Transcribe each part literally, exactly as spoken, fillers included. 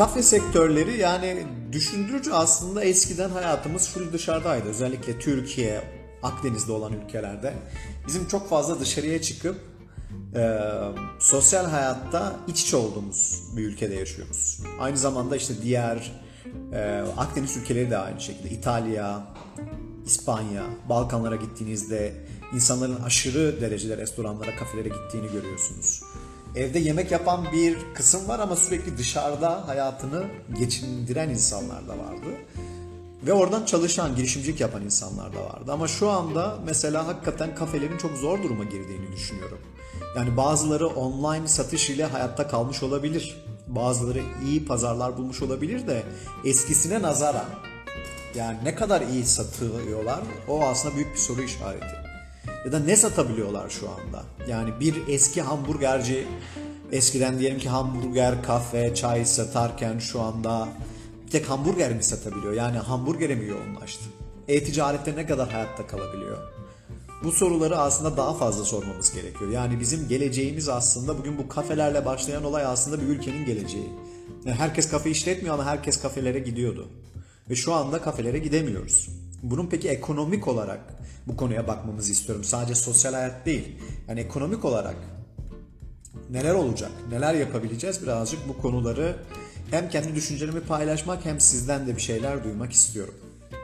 kafe sektörleri yani düşündürücü aslında eskiden hayatımız full dışarıdaydı. Özellikle Türkiye, Akdeniz'de olan ülkelerde bizim çok fazla dışarıya çıkıp e, sosyal hayatta iç içe olduğumuz bir ülkede yaşıyoruz. Aynı zamanda işte diğer e, Akdeniz ülkeleri de aynı şekilde. İtalya, İspanya, Balkanlara gittiğinizde insanların aşırı derecede restoranlara, kafelere gittiğini görüyorsunuz. Evde yemek yapan bir kısım var ama sürekli dışarıda hayatını geçindiren insanlar da vardı. Ve oradan çalışan, girişimcilik yapan insanlar da vardı. Ama şu anda mesela hakikaten kafelerin çok zor duruma girdiğini düşünüyorum. Yani bazıları online satış ile hayatta kalmış olabilir. Bazıları iyi pazarlar bulmuş olabilir de eskisine nazaran yani ne kadar iyi satıyorlar o aslında büyük bir soru işareti. Ya da ne satabiliyorlar şu anda? Yani bir eski hamburgerci eskiden diyelim ki hamburger, kafe, çay satarken şu anda bir tek hamburger mi satabiliyor? Yani hamburgere mi yoğunlaştı? E-ticarette ne kadar hayatta kalabiliyor? Bu soruları aslında daha fazla sormamız gerekiyor. Yani bizim geleceğimiz aslında bugün bu kafelerle başlayan olay aslında bir ülkenin geleceği. Yani herkes kafe işletmiyor ama herkes kafelere gidiyordu. Ve şu anda kafelere gidemiyoruz. Bunun peki ekonomik olarak bu konuya bakmamızı istiyorum. Sadece sosyal hayat değil. Yani ekonomik olarak neler olacak, neler yapabileceğiz birazcık bu konuları hem kendi düşüncelerimi paylaşmak hem sizden de bir şeyler duymak istiyorum.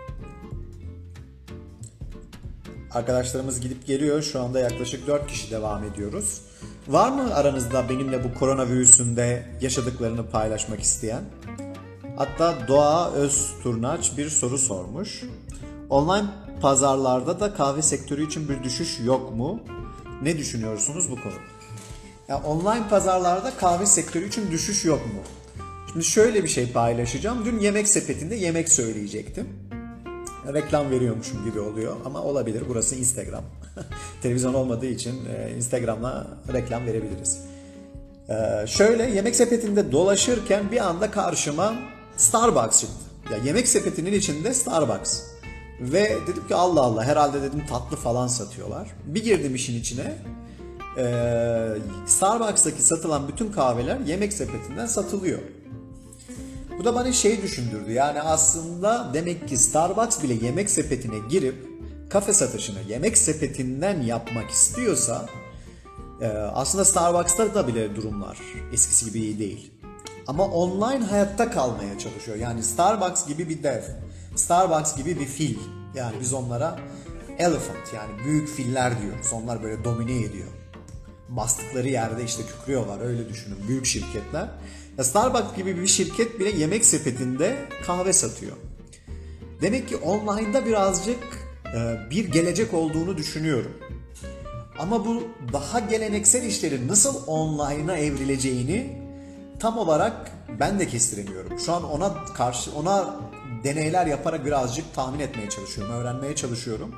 Arkadaşlarımız gidip geliyor. Şu anda yaklaşık dört kişi devam ediyoruz. Var mı aranızda benimle bu koronavirüsünde yaşadıklarını paylaşmak isteyen? Hatta Doğa Özturnaç bir soru sormuş. Online pazarlarda da kahve sektörü için bir düşüş yok mu? Ne düşünüyorsunuz bu konuda? Yani online pazarlarda kahve sektörü için düşüş yok mu? Şimdi şöyle bir şey paylaşacağım. Dün Yemek Sepeti'nde yemek söyleyecektim. Reklam veriyormuşum gibi oluyor ama olabilir. Burası Instagram. Televizyon olmadığı için Instagram'la reklam verebiliriz. Ee, şöyle Yemek Sepeti'nde dolaşırken bir anda karşıma Starbucks çıktı. Ya Yemek Sepeti'nin içinde Starbucks. Ve dedim ki Allah Allah herhalde dedim tatlı falan satıyorlar. Bir girdim işin içine. Ee, Starbucks'taki satılan bütün kahveler Yemek Sepeti'nden satılıyor. Bu da bana şey düşündürdü. Yani aslında demek ki Starbucks bile Yemek Sepeti'ne girip kafe satışını Yemek Sepeti'nden yapmak istiyorsa e, aslında Starbucks'ta da bile durumlar eskisi gibi iyi değil. Ama online hayatta kalmaya çalışıyor. Yani Starbucks gibi bir dev, Starbucks gibi bir fil. Yani biz onlara elephant yani büyük filler diyoruz. Onlar böyle domine ediyor. Bastıkları yerde işte kükrüyorlar öyle düşünün büyük şirketler. Ya Starbucks gibi bir şirket bile Yemek Sepeti'nde kahve satıyor. Demek ki online'da birazcık e, bir gelecek olduğunu düşünüyorum. Ama bu daha geleneksel işlerin nasıl online'a evrileceğini tam olarak ben de kestiremiyorum. Şu an ona karşı ona deneyler yaparak birazcık tahmin etmeye çalışıyorum, öğrenmeye çalışıyorum.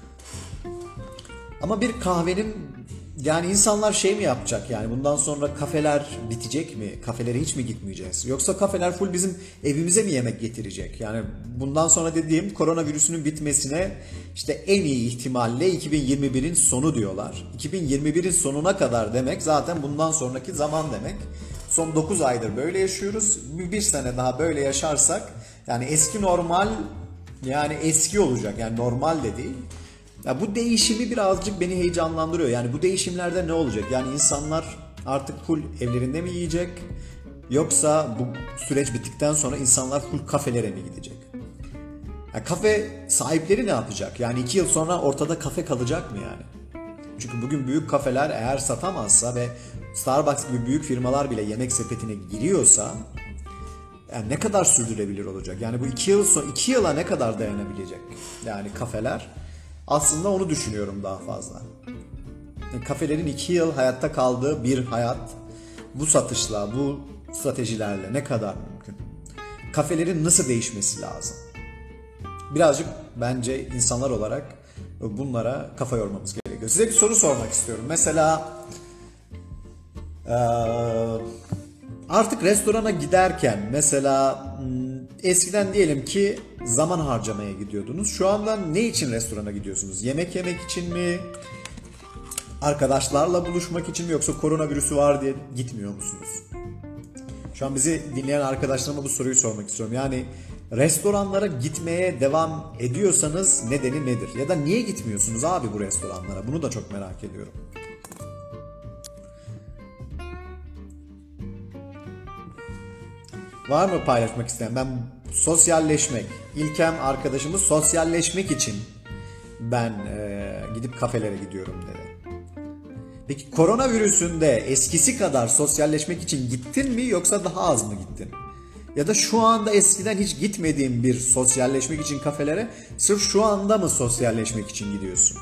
Ama bir kahvenin yani insanlar şey mi yapacak yani bundan sonra kafeler bitecek mi? Kafelere hiç mi gitmeyeceğiz? Yoksa kafeler full bizim evimize mi yemek getirecek? Yani bundan sonra dediğim koronavirüsünün bitmesine işte en iyi ihtimalle iki bin yirmi birin sonu diyorlar. iki bin yirmi birin sonuna kadar demek zaten bundan sonraki zaman demek. Son dokuz aydır böyle yaşıyoruz. Bir sene daha böyle yaşarsak yani eski normal yani eski olacak yani normal de değil. Ya bu değişimi birazcık beni heyecanlandırıyor. Yani bu değişimlerde ne olacak? Yani insanlar artık full evlerinde mi yiyecek? Yoksa bu süreç bittikten sonra insanlar full kafelere mi gidecek? Ya kafe sahipleri ne yapacak? Yani iki yıl sonra ortada kafe kalacak mı yani? Çünkü bugün büyük kafeler eğer satamazsa ve Starbucks gibi büyük firmalar bile Yemek Sepeti'ne giriyorsa yani ne kadar sürdürülebilir olacak? Yani bu iki yıl sonra iki yıla ne kadar dayanabilecek? Yani kafeler aslında onu düşünüyorum daha fazla. Yani kafelerin iki yıl hayatta kaldığı bir hayat bu satışla, bu stratejilerle ne kadar mümkün? Kafelerin nasıl değişmesi lazım? Birazcık bence insanlar olarak bunlara kafa yormamız gerekiyor. Size bir soru sormak istiyorum. Mesela ee, artık restorana giderken mesela eskiden diyelim ki zaman harcamaya gidiyordunuz. Şu anda ne için restorana gidiyorsunuz? Yemek yemek için mi? Arkadaşlarla buluşmak için mi? Yoksa koronavirüsü var diye gitmiyor musunuz? Şu an bizi dinleyen arkadaşlarıma bu soruyu sormak istiyorum. Yani restoranlara gitmeye devam ediyorsanız nedeni nedir? Ya da niye gitmiyorsunuz abi bu restoranlara? Bunu da çok merak ediyorum. Var mı paylaşmak isteyen? Ben sosyalleşmek, İlkem arkadaşımız sosyalleşmek için ben e, gidip kafelere gidiyorum dedi. Peki koronavirüsünde eskisi kadar sosyalleşmek için gittin mi yoksa daha az mı gittin? Ya da şu anda eskiden hiç gitmediğin bir sosyalleşmek için kafelere sırf şu anda mı sosyalleşmek için gidiyorsun?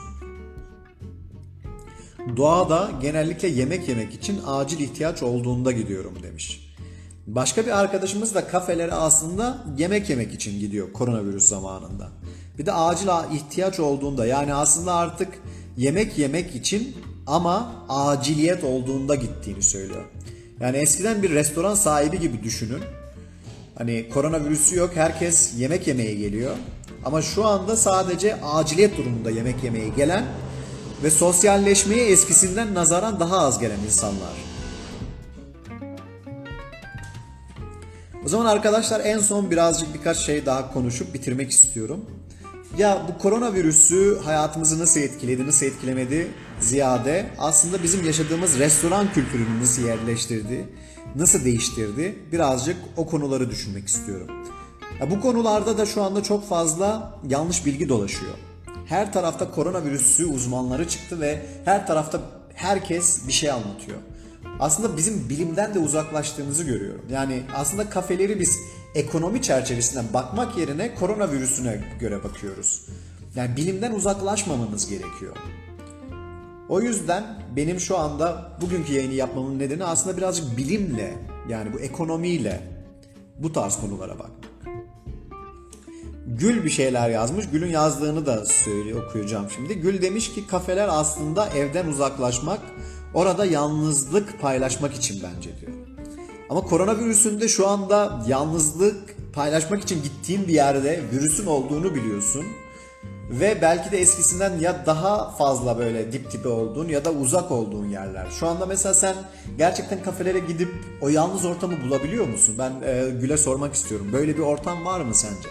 Doğada genellikle yemek yemek için acil ihtiyaç olduğunda gidiyorum demiş. Başka bir arkadaşımız da kafelere aslında yemek yemek için gidiyor koronavirüs zamanında. Bir de acil ihtiyaç olduğunda, yani aslında artık yemek yemek için ama aciliyet olduğunda gittiğini söylüyor. Yani eskiden bir restoran sahibi gibi düşünün. Hani koronavirüsü yok, herkes yemek yemeye geliyor. Ama şu anda sadece aciliyet durumunda yemek yemeye gelen ve sosyalleşmeye eskisinden nazaran daha az gelen insanlar. O zaman arkadaşlar en son birazcık birkaç şey daha konuşup bitirmek istiyorum. Ya bu koronavirüsü hayatımızı nasıl etkiledi, nasıl etkilemedi ziyade aslında bizim yaşadığımız restoran kültürünü nasıl yerleştirdi, nasıl değiştirdi, birazcık o konuları düşünmek istiyorum. Ya bu konularda da şu anda çok fazla yanlış bilgi dolaşıyor. Her tarafta koronavirüsü uzmanları çıktı ve her tarafta herkes bir şey anlatıyor. Aslında bizim bilimden de uzaklaştığımızı görüyorum. Yani aslında kafeleri biz ekonomi çerçevesinden bakmak yerine koronavirüsüne göre bakıyoruz. Yani bilimden uzaklaşmamamız gerekiyor. O yüzden benim şu anda bugünkü yayını yapmamın nedeni aslında birazcık bilimle, yani bu ekonomiyle bu tarz konulara bakmak. Gül bir şeyler yazmış. Gül'ün yazdığını da söyleyeyim, okuyacağım şimdi. Gül demiş ki kafeler aslında evden uzaklaşmak, orada yalnızlık paylaşmak için bence diyor. Ama koronavirüsünde şu anda yalnızlık paylaşmak için gittiğin bir yerde virüsün olduğunu biliyorsun. Ve belki de eskisinden ya daha fazla böyle dip dibe olduğun ya da uzak olduğun yerler. Şu anda mesela sen gerçekten kafelere gidip o yalnız ortamı bulabiliyor musun? Ben e, Gül'e sormak istiyorum. Böyle bir ortam var mı sence?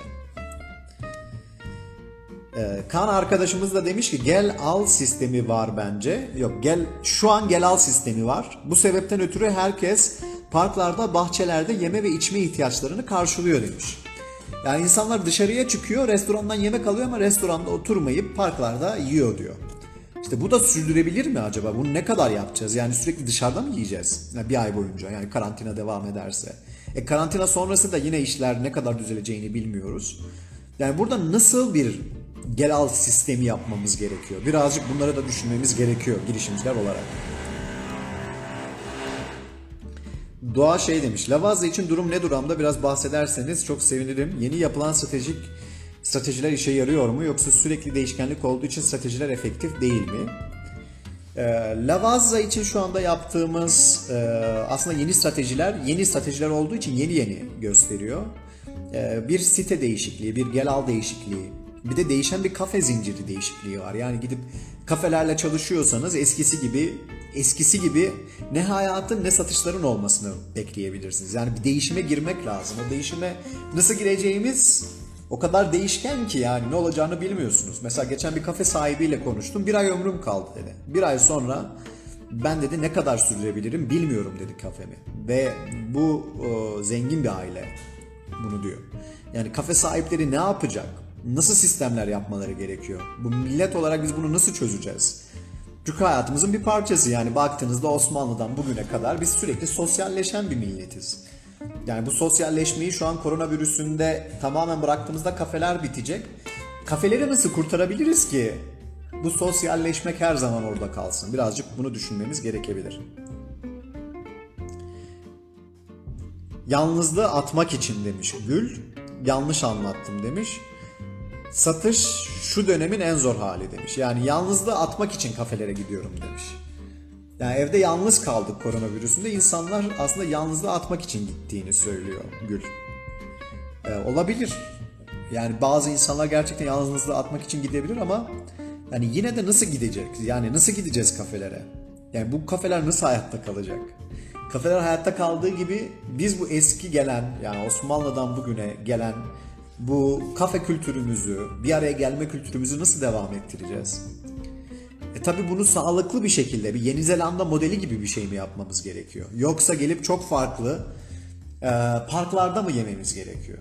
E, Kaan arkadaşımız da demiş ki gel al sistemi var bence. Yok, gel şu an gel al sistemi var. Bu sebepten ötürü herkes parklarda, bahçelerde yeme ve içme ihtiyaçlarını karşılıyor demiş. Yani insanlar dışarıya çıkıyor, restorandan yemek alıyor ama restoranda oturmayıp parklarda yiyor diyor. İşte bu da sürdürebilir mi acaba? Bunu ne kadar yapacağız? Yani sürekli dışarıda mı yiyeceğiz? Yani bir ay boyunca, yani karantina devam ederse. E karantina sonrası da yine işler ne kadar düzeleceğini bilmiyoruz. Yani burada nasıl bir gel al sistemi yapmamız gerekiyor? Birazcık bunları da düşünmemiz gerekiyor girişimciler olarak. Doğa şey demiş, Lavazza için durum ne durumda, biraz bahsederseniz çok sevinirim. Yeni yapılan stratejik stratejiler işe yarıyor mu, yoksa sürekli değişkenlik olduğu için stratejiler efektif değil mi? E, Lavazza için şu anda yaptığımız e, aslında yeni stratejiler, yeni stratejiler olduğu için yeni yeni gösteriyor. E, bir site değişikliği, bir gel al değişikliği, bir de değişen bir kafe zinciri değişikliği var. Yani gidip kafelerle çalışıyorsanız eskisi gibi eskisi gibi ne hayatın ne satışların olmasını bekleyebilirsiniz. Yani bir değişime girmek lazım. O değişime nasıl gireceğimiz o kadar değişken ki yani ne olacağını bilmiyorsunuz. Mesela geçen bir kafe sahibiyle konuştum. Bir ay ömrüm kaldı dedi. Bir ay sonra ben dedi ne kadar sürdürebilirim bilmiyorum dedi kafemi. Ve bu o, zengin bir aile bunu diyor. Yani kafe sahipleri ne yapacak? Nasıl sistemler yapmaları gerekiyor? Bu millet olarak biz bunu nasıl çözeceğiz? Çünkü hayatımızın bir parçası, yani baktığınızda Osmanlı'dan bugüne kadar biz sürekli sosyalleşen bir milletiz. Yani bu sosyalleşmeyi şu an koronavirüsünde tamamen bıraktığımızda kafeler bitecek. Kafeleri nasıl kurtarabiliriz ki bu sosyalleşmek her zaman orada kalsın? Birazcık bunu düşünmemiz gerekebilir. Yalnızlığı atmak için demiş Gül. Yanlış anlattım demiş. Satış şu dönemin en zor hali demiş. Yani yalnızlığı atmak için kafelere gidiyorum demiş. Yani evde yalnız kaldık koronavirüsünde. İnsanlar aslında yalnızlığı atmak için gittiğini söylüyor Gül. Ee, olabilir. Yani bazı insanlar gerçekten yalnızlığı atmak için gidebilir ama yani yine de nasıl gidecek? Yani nasıl gideceğiz kafelere? Yani bu kafeler nasıl hayatta kalacak? Kafeler hayatta kaldığı gibi biz bu eski gelen, yani Osmanlı'dan bugüne gelen bu kafe kültürümüzü, bir araya gelme kültürümüzü nasıl devam ettireceğiz? E tabi bunu sağlıklı bir şekilde bir Yeni Zelanda modeli gibi bir şey mi yapmamız gerekiyor? Yoksa gelip çok farklı e, parklarda mı yememiz gerekiyor?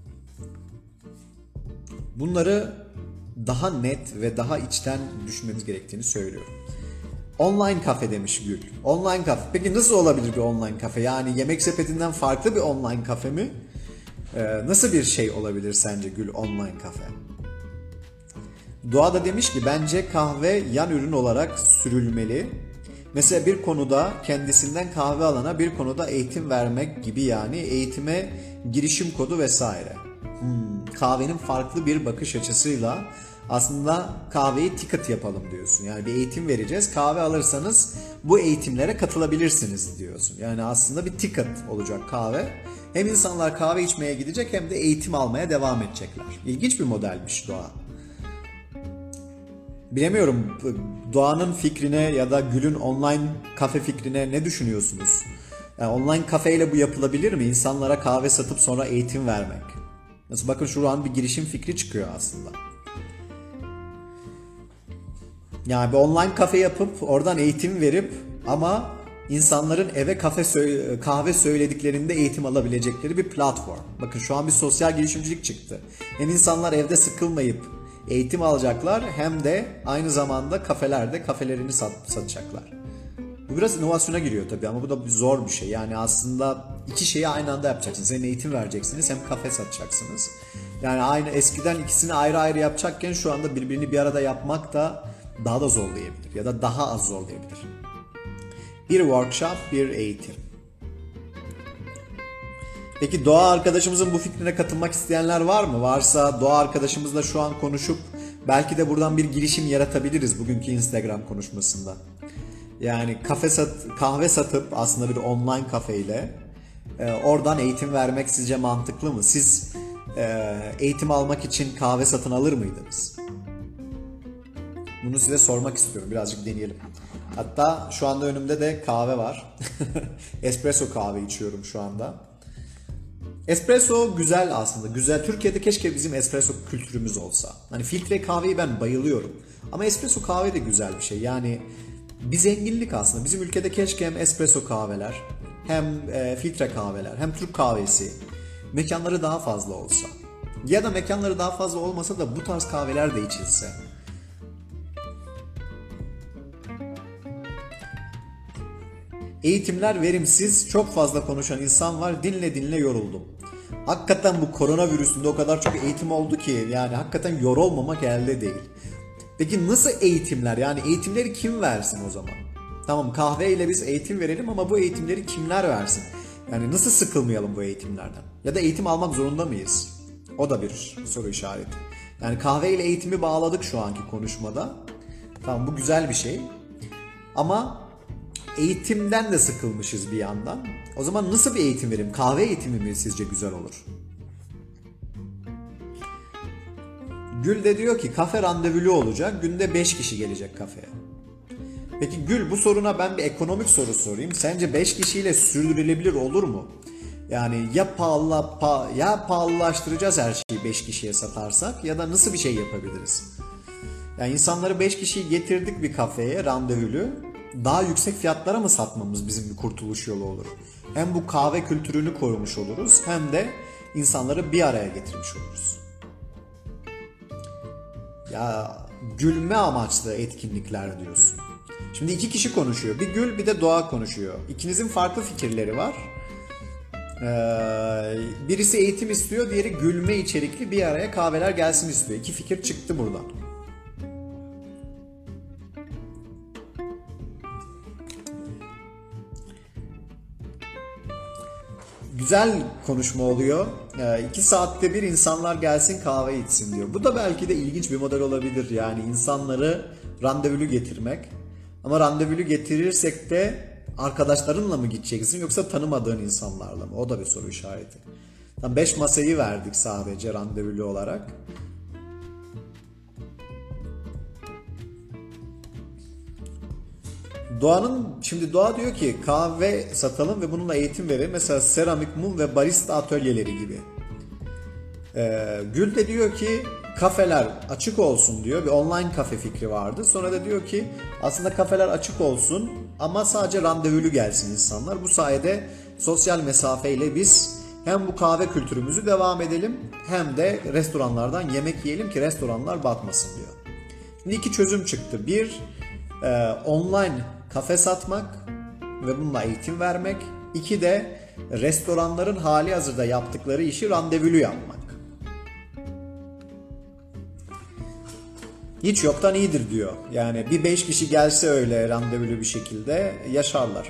Bunları daha net ve daha içten düşünmemiz gerektiğini söylüyorum. Online kafe demiş Gül. Online kafe. Peki nasıl olabilir bir online kafe? Yani Yemek Sepeti'nden farklı bir online kafe mi? Ee, nasıl bir şey olabilir sence Gül online kafe? Doğa da demiş ki bence kahve yan ürün olarak sürülmeli. Mesela bir konuda kendisinden kahve alana bir konuda eğitim vermek gibi, yani eğitime girişim kodu vesaire. Hmm, kahvenin farklı bir bakış açısıyla aslında kahveyi ticket yapalım diyorsun. Yani bir eğitim vereceğiz. Kahve alırsanız bu eğitimlere katılabilirsiniz diyorsun. Yani aslında bir ticket olacak kahve. Hem insanlar kahve içmeye gidecek hem de eğitim almaya devam edecekler. İlginç bir modelmiş Doğa. Bilemiyorum, Doğan'ın fikrine ya da Gül'ün online kafe fikrine ne düşünüyorsunuz? Yani online kafeyle bu yapılabilir mi? İnsanlara kahve satıp sonra eğitim vermek. Nasıl, bakın şu an bir girişim fikri çıkıyor aslında. Yani bir online kafe yapıp oradan eğitim verip ama insanların eve kafe sö- kahve söylediklerinde eğitim alabilecekleri bir platform. Bakın şu an bir sosyal girişimcilik çıktı. Hem insanlar evde sıkılmayıp eğitim alacaklar hem de aynı zamanda kafelerde kafelerini sat, satacaklar. Bu biraz inovasyona giriyor tabii ama bu da zor bir şey. Yani aslında iki şeyi aynı anda yapacaksınız. Hem eğitim vereceksiniz hem kafe satacaksınız. Yani aynı eskiden ikisini ayrı ayrı yapacakken şu anda birbirini bir arada yapmak da daha da zorlayabilir ya da daha az zorlayabilir. Bir workshop, bir eğitim. Peki Doğa arkadaşımızın bu fikrine katılmak isteyenler var mı? Varsa Doğa arkadaşımızla şu an konuşup belki de buradan bir girişim yaratabiliriz bugünkü Instagram konuşmasında. Yani kafe sat, kahve satıp aslında bir online kafeyle e, oradan eğitim vermek sizce mantıklı mı? Siz e, eğitim almak için kahve satın alır mıydınız? Bunu size sormak istiyorum. Birazcık deneyelim. Hatta şu anda önümde de kahve var. Espresso kahve içiyorum şu anda. Espresso güzel aslında. Güzel. Türkiye'de keşke bizim espresso kültürümüz olsa. Hani filtre kahveyi ben bayılıyorum. Ama espresso kahve de güzel bir şey. Yani bir zenginlik aslında. Bizim ülkede keşke hem espresso kahveler, hem e, filtre kahveler, hem Türk kahvesi mekanları daha fazla olsa. Ya da mekanları daha fazla olmasa da bu tarz kahveler de içilse. Eğitimler verimsiz, çok fazla konuşan insan var, dinle dinle yoruldum. Hakikaten bu koronavirüsünde o kadar çok eğitim oldu ki yani hakikaten yorulmamak elde değil. Peki nasıl eğitimler? Yani eğitimleri kim versin o zaman? Tamam, kahveyle biz eğitim verelim ama bu eğitimleri kimler versin? Yani nasıl sıkılmayalım bu eğitimlerden? Ya da eğitim almak zorunda mıyız? O da bir soru işareti. Yani kahveyle eğitimi bağladık şu anki konuşmada. Tamam, bu güzel bir şey. Ama eğitimden de sıkılmışız bir yandan. O zaman nasıl bir eğitim vereyim? Kahve eğitimi mi sizce güzel olur? Gül de diyor ki kafe randevulu olacak. Günde beş kişi gelecek kafeye. Peki Gül, bu soruna ben bir ekonomik soru sorayım. Sence beş kişiyle sürdürülebilir olur mu? Yani ya pahalı pa, ya pahalılaştıracağız her şeyi beş kişiye satarsak ya da nasıl bir şey yapabiliriz? Yani insanları beş kişiyi getirdik bir kafeye randevulu. Daha yüksek fiyatlara mı satmamız bizim bir kurtuluş yolu olur? Hem bu kahve kültürünü korumuş oluruz hem de insanları bir araya getirmiş oluruz. Ya gülme amaçlı etkinlikler diyorsun. Şimdi iki kişi konuşuyor. Bir Gül bir de Doğa konuşuyor. İkinizin farklı fikirleri var. Ee, birisi eğitim istiyor, diğeri gülme içerikli bir araya kahveler gelsin istiyor. İki fikir çıktı buradan. Güzel konuşma oluyor. Ee, iki saatte bir insanlar gelsin kahve içsin diyor. Bu da belki de ilginç bir model olabilir. Yani insanları randevulu getirmek. Ama randevulu getirirsek de arkadaşlarınla mı gideceksin yoksa tanımadığın insanlarla mı? O da bir soru işareti. Tam beş masayı verdik sadece randevulu olarak. Doğanın şimdi Doğa diyor ki kahve satalım ve bununla eğitim verelim. Mesela seramik, mum ve barista atölyeleri gibi. Ee, Gül de diyor ki kafeler açık olsun diyor. Bir online kafe fikri vardı. Sonra da diyor ki aslında kafeler açık olsun ama sadece randevulu gelsin insanlar. Bu sayede sosyal mesafeyle biz hem bu kahve kültürümüzü devam edelim hem de restoranlardan yemek yiyelim ki restoranlar batmasın diyor. Şimdi iki çözüm çıktı. Bir, e, online kafe satmak ve bununla eğitim vermek. İki de restoranların hali hazırda yaptıkları işi randevulu yapmak. Hiç yoktan iyidir diyor. Yani bir beş kişi gelse öyle randevulu bir şekilde yaşarlar.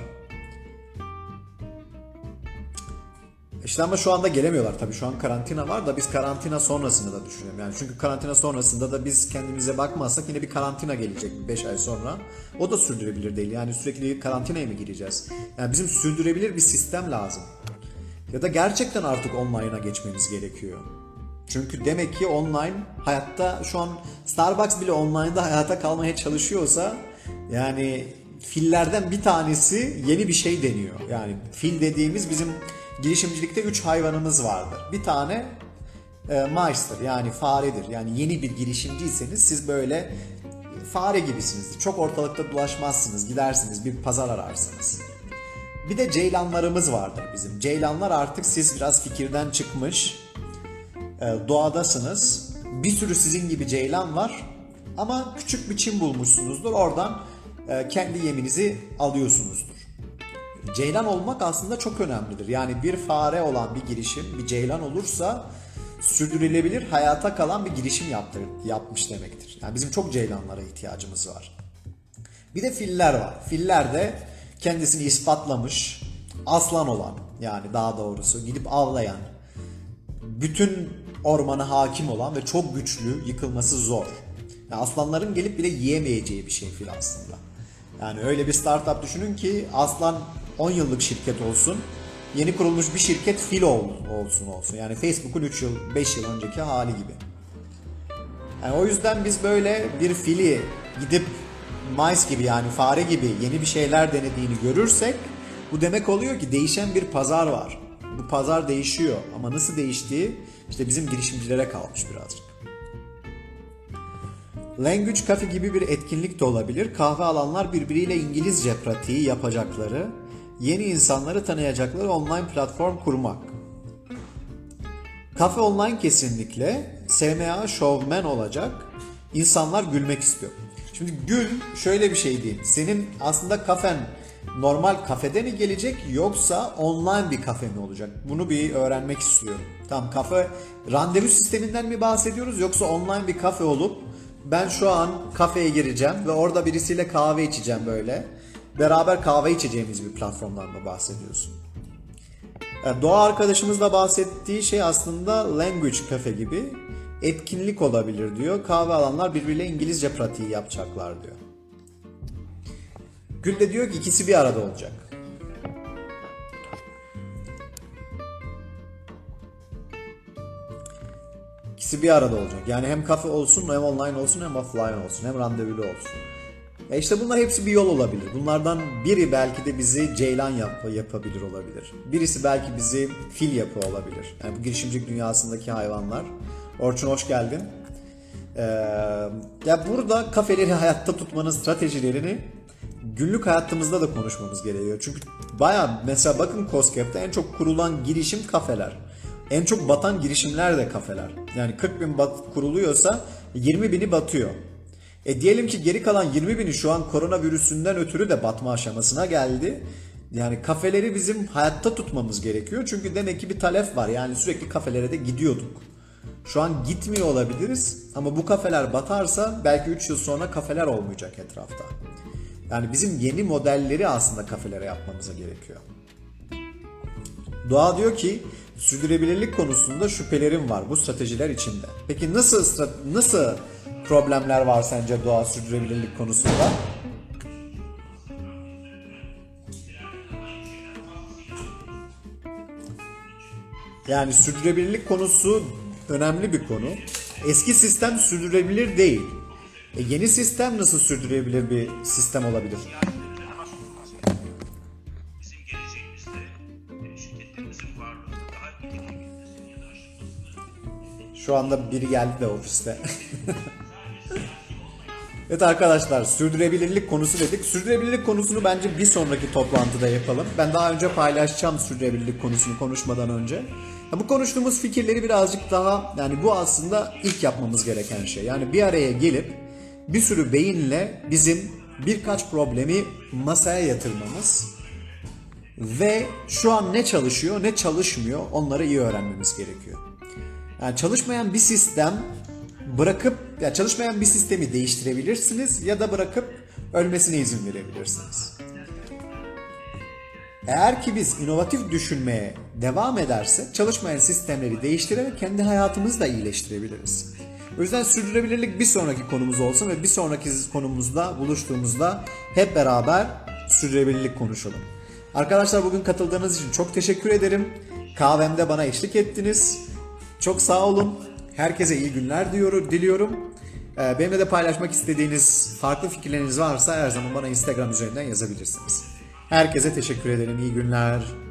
İşte ama şu anda gelemiyorlar tabii. Şu an karantina var da biz karantina sonrasını da düşünüyorum. Yani çünkü karantina sonrasında da biz kendimize bakmazsak yine bir karantina gelecek beş ay sonra. O da sürdürülebilir değil. Yani sürekli karantinaya mı gireceğiz? Yani bizim sürdürebilir bir sistem lazım. Ya da gerçekten artık online'a geçmemiz gerekiyor. Çünkü demek ki online hayatta şu an Starbucks bile online'da hayata kalmaya çalışıyorsa yani fillerden bir tanesi yeni bir şey deniyor. Yani fil dediğimiz bizim girişimcilikte üç hayvanımız vardır. Bir tane e, mice'dır yani faredir. Yani yeni bir girişimciyseniz siz böyle fare gibisiniz. Çok ortalıkta dolaşmazsınız, gidersiniz bir pazar ararsınız. Bir de ceylanlarımız vardır bizim. Ceylanlar artık siz biraz fikirden çıkmış, e, doğadasınız. Bir sürü sizin gibi ceylan var ama küçük bir çim bulmuşsunuzdur. Oradan e, kendi yeminizi alıyorsunuzdur. Ceylan olmak aslında çok önemlidir. Yani bir fare olan bir girişim, bir ceylan olursa sürdürülebilir hayata kalan bir girişim yaptır, yapmış demektir. Yani bizim çok ceylanlara ihtiyacımız var. Bir de filler var. Filler de kendisini ispatlamış, aslan olan yani daha doğrusu gidip avlayan, bütün ormana hakim olan ve çok güçlü, yıkılması zor. Yani aslanların gelip bile yiyemeyeceği bir şey fil aslında. Yani öyle bir startup düşünün ki aslan on yıllık şirket olsun, yeni kurulmuş bir şirket fil olsun olsun. Yani Facebook'un üç yıl, beş yıl önceki hali gibi. Yani o yüzden biz böyle bir fili gidip mice gibi yani fare gibi yeni bir şeyler denediğini görürsek bu demek oluyor ki değişen bir pazar var. Bu pazar değişiyor ama nasıl değiştiği işte bizim girişimcilere kalmış birazcık. Language Cafe gibi bir etkinlik de olabilir. Kahve alanlar birbiriyle İngilizce pratiği yapacakları, yeni insanları tanıyacakları online platform kurmak. Kafe online kesinlikle S M A şovmen olacak. İnsanlar gülmek istiyor. Şimdi gül şöyle bir şey diyeyim. Senin aslında kafen normal kafede mi gelecek yoksa online bir kafe mi olacak? Bunu bir öğrenmek istiyorum. Tamam, kafe randevu sisteminden mi bahsediyoruz yoksa online bir kafe olup ben şu an kafeye gireceğim ve orada birisiyle kahve içeceğim böyle. Beraber kahve içeceğimiz bir platformdan mı bahsediyorsun? Yani Doğa arkadaşımızla bahsettiği şey aslında Language Cafe gibi etkinlik olabilir diyor. Kahve alanlar birbiriyle İngilizce pratiği yapacaklar diyor. Gül de diyor ki ikisi bir arada olacak. İkisi bir arada olacak. Yani hem kafe olsun hem online olsun hem offline olsun hem randevulu olsun. Ya işte bunlar hepsi bir yol olabilir. Bunlardan biri belki de bizi ceylan yap yapabilir olabilir. Birisi belki bizi fil yapı olabilir. Yani bu girişimcilik dünyasındaki hayvanlar. Orçun hoş geldin. Ee, ya burada kafeleri hayatta tutmanın stratejilerini günlük hayatımızda da konuşmamız gerekiyor. Çünkü baya mesela bakın KOSGEB'de en çok kurulan girişim kafeler. En çok batan girişimler de kafeler. Yani kırk bin bat kuruluyorsa yirmi bini batıyor. E diyelim ki geri kalan yirmi bini şu an koronavirüsünden ötürü de batma aşamasına geldi. Yani kafeleri bizim hayatta tutmamız gerekiyor. Çünkü demek ki bir talep var. Yani sürekli kafelere de gidiyorduk. Şu an gitmiyor olabiliriz ama bu kafeler batarsa belki üç yıl sonra kafeler olmayacak etrafta. Yani bizim yeni modelleri aslında kafelere yapmamıza gerekiyor. Doğa diyor ki sürdürülebilirlik konusunda şüphelerim var bu stratejiler içinde. Peki nasıl nasıl problemler var sence Doğa sürdürülebilirlik konusunda? Yani sürdürülebilirlik konusu önemli bir konu. Eski sistem sürdürülebilir değil. E yeni sistem nasıl sürdürülebilir bir sistem olabilir? Şu anda biri geldi de ofiste. Evet arkadaşlar, sürdürülebilirlik konusu dedik. Sürdürülebilirlik konusunu bence bir sonraki toplantıda yapalım. Ben daha önce paylaşacağım sürdürülebilirlik konusunu konuşmadan önce. Ya bu konuştuğumuz fikirleri birazcık daha, yani bu aslında ilk yapmamız gereken şey. Yani bir araya gelip bir sürü beyinle bizim birkaç problemi masaya yatırmamız ve şu an ne çalışıyor ne çalışmıyor onları iyi öğrenmemiz gerekiyor. Yani çalışmayan bir sistem bırakıp, ya çalışmayan bir sistemi değiştirebilirsiniz ya da bırakıp ölmesine izin verebilirsiniz. Eğer ki biz inovatif düşünmeye devam edersek çalışmayan sistemleri değiştirerek kendi hayatımızı da iyileştirebiliriz. O yüzden sürdürülebilirlik bir sonraki konumuz olsun ve bir sonraki konumuzda buluştuğumuzda hep beraber sürdürülebilirlik konuşalım. Arkadaşlar, bugün katıldığınız için çok teşekkür ederim. Kahvemde bana eşlik ettiniz. Çok sağ olun. Herkese iyi günler diyorum, diliyorum. Benimle de paylaşmak istediğiniz farklı fikirleriniz varsa her zaman bana Instagram üzerinden yazabilirsiniz. Herkese teşekkür ederim. İyi günler.